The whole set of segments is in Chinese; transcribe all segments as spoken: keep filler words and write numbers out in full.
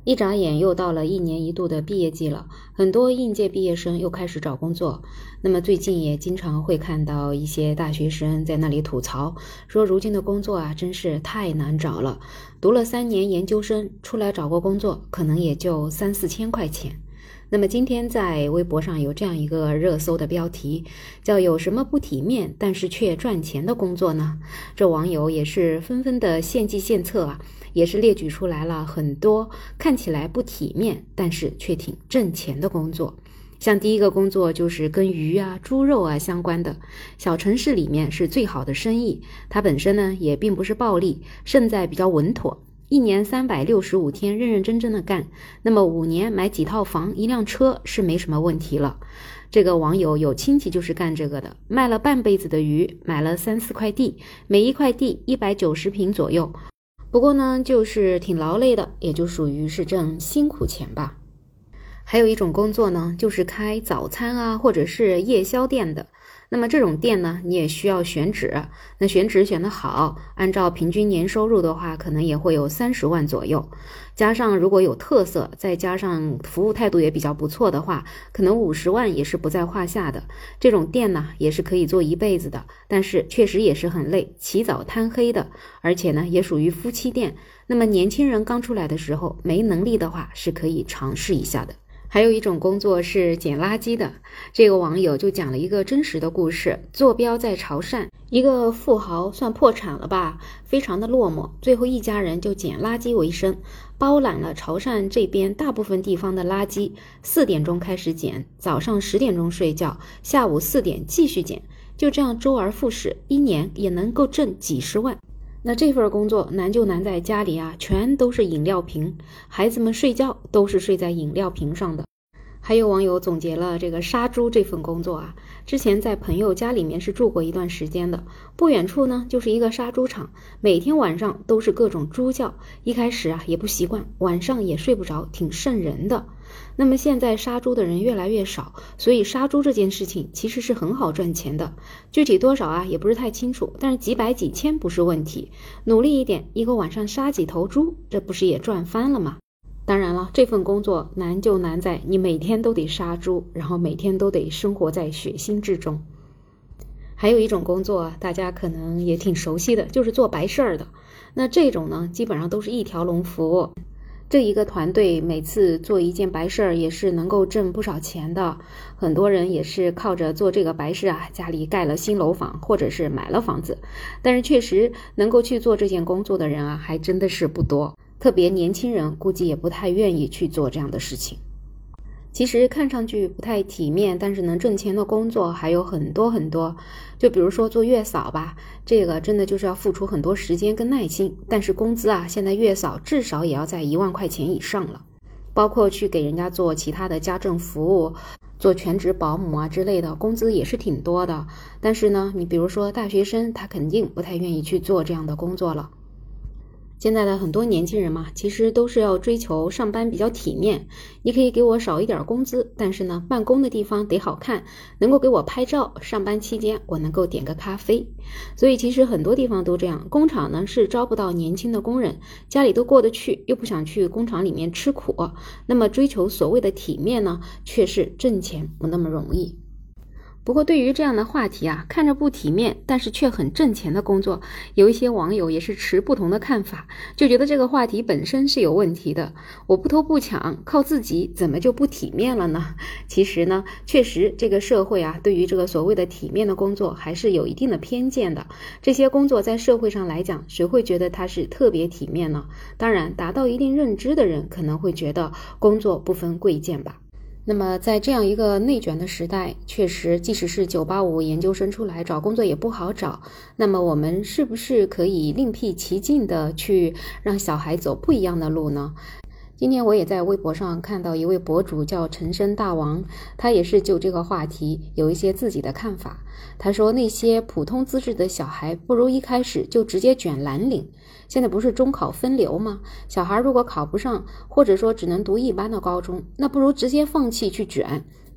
一眨眼又到了一年一度的毕业季了，很多应届毕业生又开始找工作。那么最近也经常会看到一些大学生在那里吐槽，说如今的工作啊真是太难找了，读了三年研究生出来找个工作，可能也就三四千块钱。那么今天在微博上有这样一个热搜的标题，叫有什么不体面但是却赚钱的工作呢？这网友也是纷纷的献计献策啊，也是列举出来了很多看起来不体面但是却挺挣钱的工作。像第一个工作就是跟鱼啊、猪肉啊相关的，小城市里面是最好的生意，它本身呢也并不是暴利，胜在比较稳妥。一年三百六十五天认认真真的干，那么五年买几套房一辆车是没什么问题了。这个网友有亲戚就是干这个的，卖了半辈子的鱼，买了三四块地，每一块地一百九十平左右。不过呢就是挺劳累的，也就属于是挣辛苦钱吧。还有一种工作呢，就是开早餐啊或者是夜宵店的。那么这种店呢，你也需要选址，那选址选得好，按照平均年收入的话，可能也会有三十万左右。加上如果有特色，再加上服务态度也比较不错的话，可能五十万也是不在话下的。这种店呢，也是可以做一辈子的，但是确实也是很累，起早贪黑的，而且呢，也属于夫妻店。那么年轻人刚出来的时候，没能力的话，是可以尝试一下的。还有一种工作是捡垃圾的，这个网友就讲了一个真实的故事。坐标在潮汕，一个富豪算破产了吧，非常的落寞，最后一家人就捡垃圾为生，包揽了潮汕这边大部分地方的垃圾。四点钟开始捡，早上十点钟睡觉，下午四点继续捡，就这样周而复始，一年也能够挣几十万。那这份工作难就难在家里啊，全都是饮料瓶，孩子们睡觉都是睡在饮料瓶上的。还有网友总结了这个杀猪这份工作啊，之前在朋友家里面是住过一段时间的，不远处呢就是一个杀猪场，每天晚上都是各种猪叫，一开始啊也不习惯，晚上也睡不着，挺瘆人的。那么现在杀猪的人越来越少，所以杀猪这件事情其实是很好赚钱的，具体多少啊也不是太清楚，但是几百几千不是问题，努力一点，一个晚上杀几头猪，这不是也赚翻了吗？当然了，这份工作难就难在你每天都得杀猪，然后每天都得生活在血腥之中。还有一种工作大家可能也挺熟悉的，就是做白事儿的。那这种呢基本上都是一条龙服务，这一个团队每次做一件白事儿也是能够挣不少钱的，很多人也是靠着做这个白事啊，家里盖了新楼房或者是买了房子。但是确实能够去做这件工作的人啊，还真的是不多，特别年轻人估计也不太愿意去做这样的事情。其实看上去不太体面但是能挣钱的工作还有很多很多，就比如说做月嫂吧，这个真的就是要付出很多时间跟耐心，但是工资啊，现在月嫂至少也要在一万块钱以上了。包括去给人家做其他的家政服务，做全职保姆啊之类的，工资也是挺多的。但是呢，你比如说大学生，他肯定不太愿意去做这样的工作了。现在的很多年轻人嘛，其实都是要追求上班比较体面，你可以给我少一点工资，但是呢，办公的地方得好看，能够给我拍照，上班期间我能够点个咖啡。所以其实很多地方都这样，工厂呢是招不到年轻的工人，家里都过得去，又不想去工厂里面吃苦，那么追求所谓的体面呢，却是挣钱不那么容易。不过对于这样的话题啊，看着不体面但是却很挣钱的工作，有一些网友也是持不同的看法，就觉得这个话题本身是有问题的。我不偷不抢，靠自己怎么就不体面了呢？其实呢，确实这个社会啊，对于这个所谓的体面的工作还是有一定的偏见的。这些工作在社会上来讲，谁会觉得它是特别体面呢？当然，达到一定认知的人可能会觉得工作不分贵贱吧。那么在这样一个内卷的时代，确实即使是九八五研究生出来找工作也不好找，那么我们是不是可以另辟蹊径的去让小孩走不一样的路呢？今天我也在微博上看到一位博主叫陈生大王，他也是就这个话题有一些自己的看法。他说那些普通资质的小孩不如一开始就直接卷蓝领，现在不是中考分流吗？小孩如果考不上，或者说只能读一般的高中，那不如直接放弃去卷，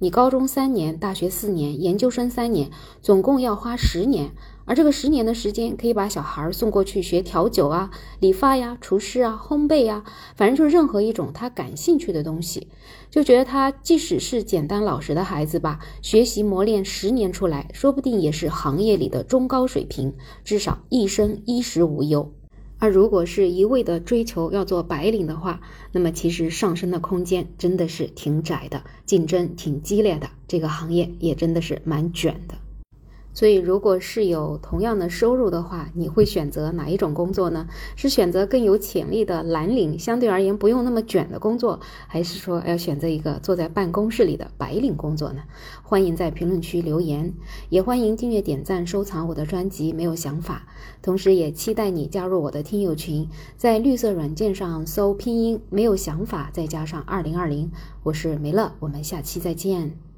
你高中三年，大学四年，研究生三年，总共要花十年，而这个十年的时间可以把小孩送过去学调酒啊、理发呀、厨师啊、烘焙呀，反正就是任何一种他感兴趣的东西。就觉得他即使是简单老实的孩子吧，学习磨练十年出来，说不定也是行业里的中高水平，至少一生衣食无忧。而如果是一味的追求要做白领的话，那么其实上升的空间真的是挺窄的，竞争挺激烈的，这个行业也真的是蛮卷的。所以如果是有同样的收入的话，你会选择哪一种工作呢？是选择更有潜力的蓝领，相对而言不用那么卷的工作，还是说要选择一个坐在办公室里的白领工作呢？欢迎在评论区留言，也欢迎订阅点赞收藏我的专辑没有想法，同时也期待你加入我的听友群，在绿色软件上搜拼音没有想法再加上二零二零，我是梅乐，我们下期再见。